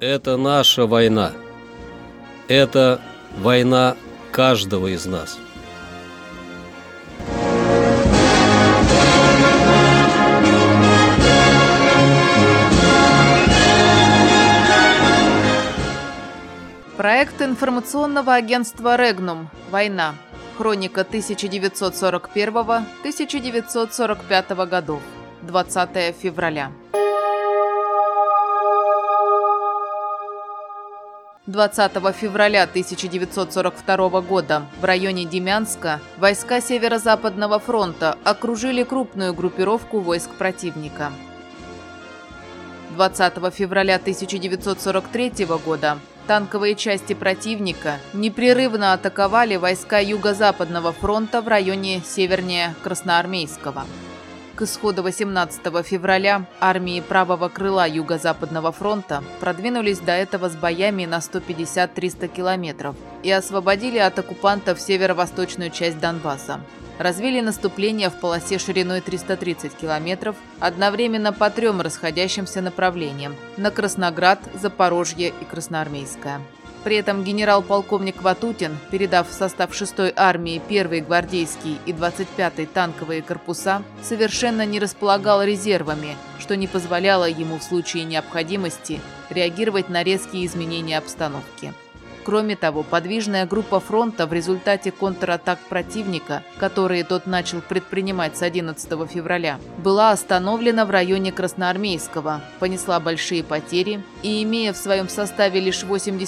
Это наша война. Это война каждого из нас. Проект информационного агентства «Регнум. Война. Хроника 1941-1945 годов. 20 февраля. 20 февраля 1942 года в районе Демянска войска Северо-Западного фронта окружили крупную группировку войск противника. 20 февраля 1943 года танковые части противника непрерывно атаковали войска Юго-Западного фронта в районе севернее Красноармейского. К исходу 18 февраля армии правого крыла Юго-Западного фронта продвинулись до этого с боями на 150-300 километров и освободили от оккупантов северо-восточную часть Донбасса. Развили наступление в полосе шириной 330 километров одновременно по трем расходящимся направлениям – на Красноград, Запорожье и Красноармейское. При этом генерал-полковник Ватутин, передав в состав 6-й армии 1-й гвардейский и 25-й танковые корпуса, совершенно не располагал резервами, что не позволяло ему в случае необходимости реагировать на резкие изменения обстановки. Кроме того, подвижная группа фронта в результате контратак противника, которые тот начал предпринимать с 11 февраля, была остановлена в районе Красноармейского, понесла большие потери и, имея в своем составе лишь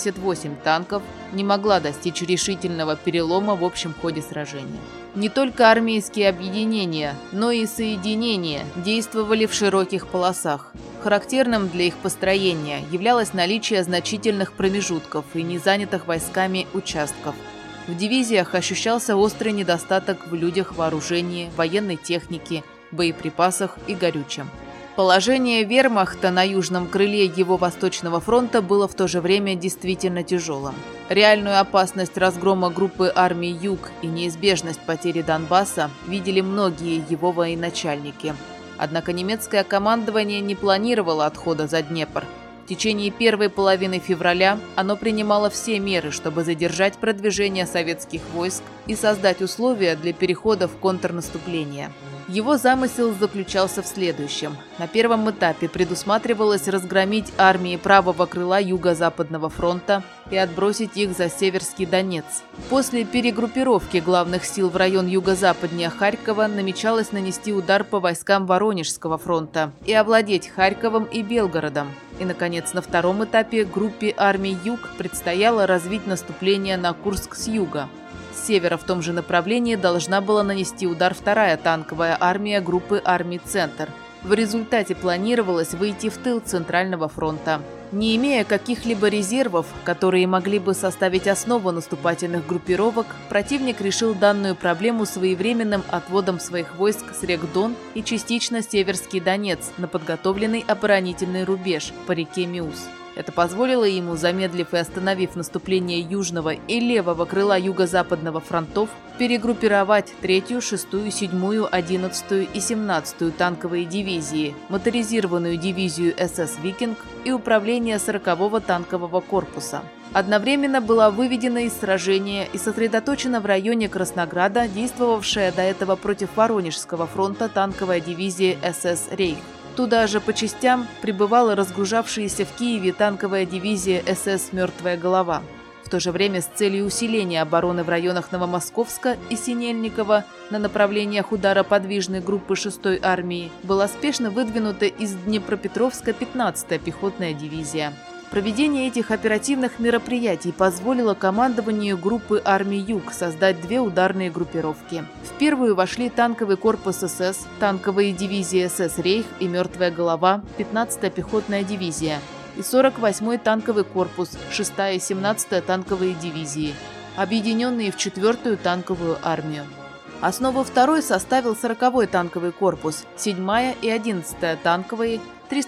88 танков, не могла достичь решительного перелома в общем ходе сражения. Не только армейские объединения, но и соединения действовали в широких полосах. Характерным для их построения являлось наличие значительных промежутков и незанятых войсками участков. В дивизиях ощущался острый недостаток в людях, вооружении, военной технике, боеприпасах и горючем. Положение вермахта на южном крыле его Восточного фронта было в то же время действительно тяжелым. Реальную опасность разгрома группы армий Юг и неизбежность потери Донбасса видели многие его военачальники. Однако немецкое командование не планировало отхода за Днепр. В течение первой половины февраля оно принимало все меры, чтобы задержать продвижение советских войск и создать условия для перехода в контрнаступление. Его замысел заключался в следующем. На первом этапе предусматривалось разгромить армии правого крыла Юго-Западного фронта и отбросить их за Северский Донец. После перегруппировки главных сил в район юго-западнее Харькова намечалось нанести удар по войскам Воронежского фронта и овладеть Харьковом и Белгородом. И, наконец, на втором этапе группе армий Юг предстояло развить наступление на Курск с юга. С севера в том же направлении должна была нанести удар вторая танковая армия группы армий «Центр». В результате планировалось выйти в тыл Центрального фронта. Не имея каких-либо резервов, которые могли бы составить основу наступательных группировок, противник решил данную проблему своевременным отводом своих войск с рек Дон и частично Северский Донец на подготовленный оборонительный рубеж по реке Миус. Это позволило ему, замедлив и остановив наступление южного и левого крыла юго-западного фронтов, перегруппировать 3-ю, 6-ю, 7-ю, 11-ю и 17-ю танковые дивизии, моторизированную дивизию СС «Викинг» и управление 40-го танкового корпуса. Одновременно была выведена из сражения и сосредоточена в районе Краснограда действовавшая до этого против Воронежского фронта танковая дивизия СС «Рейх». Туда же по частям прибывала разгружавшаяся в Киеве танковая дивизия СС «Мертвая голова». В то же время с целью усиления обороны в районах Новомосковска и Синельникова на направлениях удара подвижной группы 6-й армии была спешно выдвинута из Днепропетровска 15-я пехотная дивизия. Проведение этих оперативных мероприятий позволило командованию группы армий Юг создать две ударные группировки. В первую вошли танковый корпус СС, танковые дивизии СС «Рейх» и «Мертвая голова», 15-я пехотная дивизия, и 48-й танковый корпус, 6-я и 17-я танковые дивизии, объединенные в 4-ю танковую армию. Основу второй составил 40-й танковый корпус, 7-я и 11-я танковые,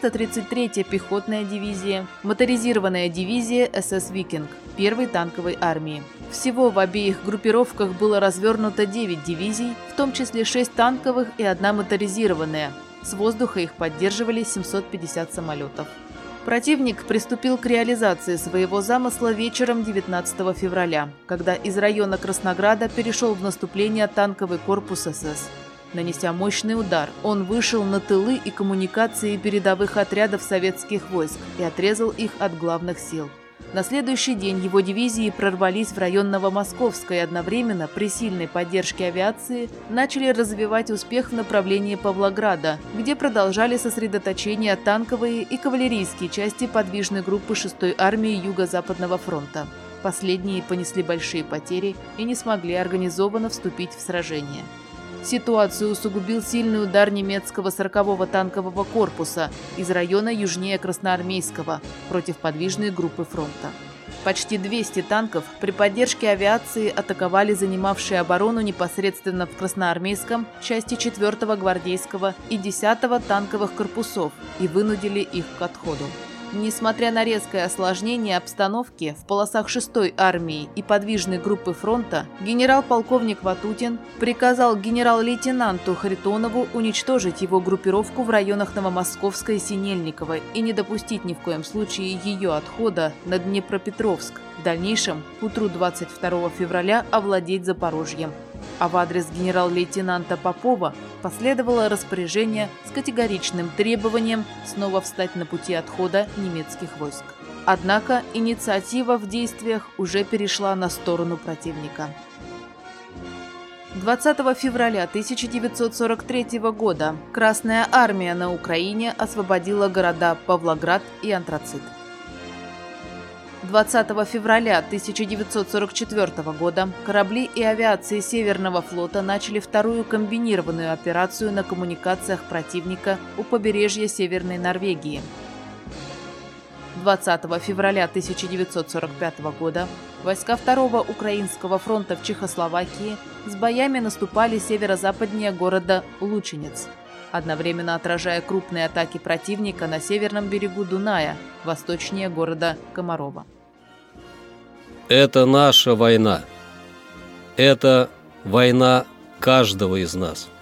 333-я пехотная дивизия, моторизированная дивизия СС «Викинг» 1-й танковой армии. Всего в обеих группировках было развернуто 9 дивизий, в том числе 6 танковых и 1 моторизированная. С воздуха их поддерживали 750 самолетов. Противник приступил к реализации своего замысла вечером 19 февраля, когда из района Краснограда перешел в наступление танковый корпус СС. Нанеся мощный удар, он вышел на тылы и коммуникации передовых отрядов советских войск и отрезал их от главных сил. На следующий день его дивизии прорвались в район Новомосковска и одновременно при сильной поддержке авиации начали развивать успех в направлении Павлограда, где продолжали сосредоточение танковые и кавалерийские части подвижной группы 6-й армии Юго-Западного фронта. Последние понесли большие потери и не смогли организованно вступить в сражение. Ситуацию усугубил сильный удар немецкого 40-го танкового корпуса из района южнее Красноармейского против подвижной группы фронта. Почти 200 танков при поддержке авиации атаковали занимавшие оборону непосредственно в Красноармейском части 4-го гвардейского и 10-го танковых корпусов и вынудили их к отходу. Несмотря на резкое осложнение обстановки в полосах 6-й армии и подвижной группы фронта, генерал-полковник Ватутин приказал генерал-лейтенанту Харитонову уничтожить его группировку в районах Новомосковска и Синельникова и не допустить ни в коем случае ее отхода на Днепропетровск, в дальнейшем к утру 22 февраля овладеть Запорожьем. А в адрес генерал-лейтенанта Попова последовало распоряжение с категоричным требованием снова встать на пути отхода немецких войск. Однако инициатива в действиях уже перешла на сторону противника. 20 февраля 1943 года Красная армия на Украине освободила города Павлоград и Антрацит. 20 февраля 1944 года корабли и авиации Северного флота начали вторую комбинированную операцию на коммуникациях противника у побережья Северной Норвегии. 20 февраля 1945 года войска Второго Украинского фронта в Чехословакии с боями наступали северо-западнее города Лученец, одновременно отражая крупные атаки противника на северном берегу Дуная, восточнее города Комарова. Это наша война. Это война каждого из нас.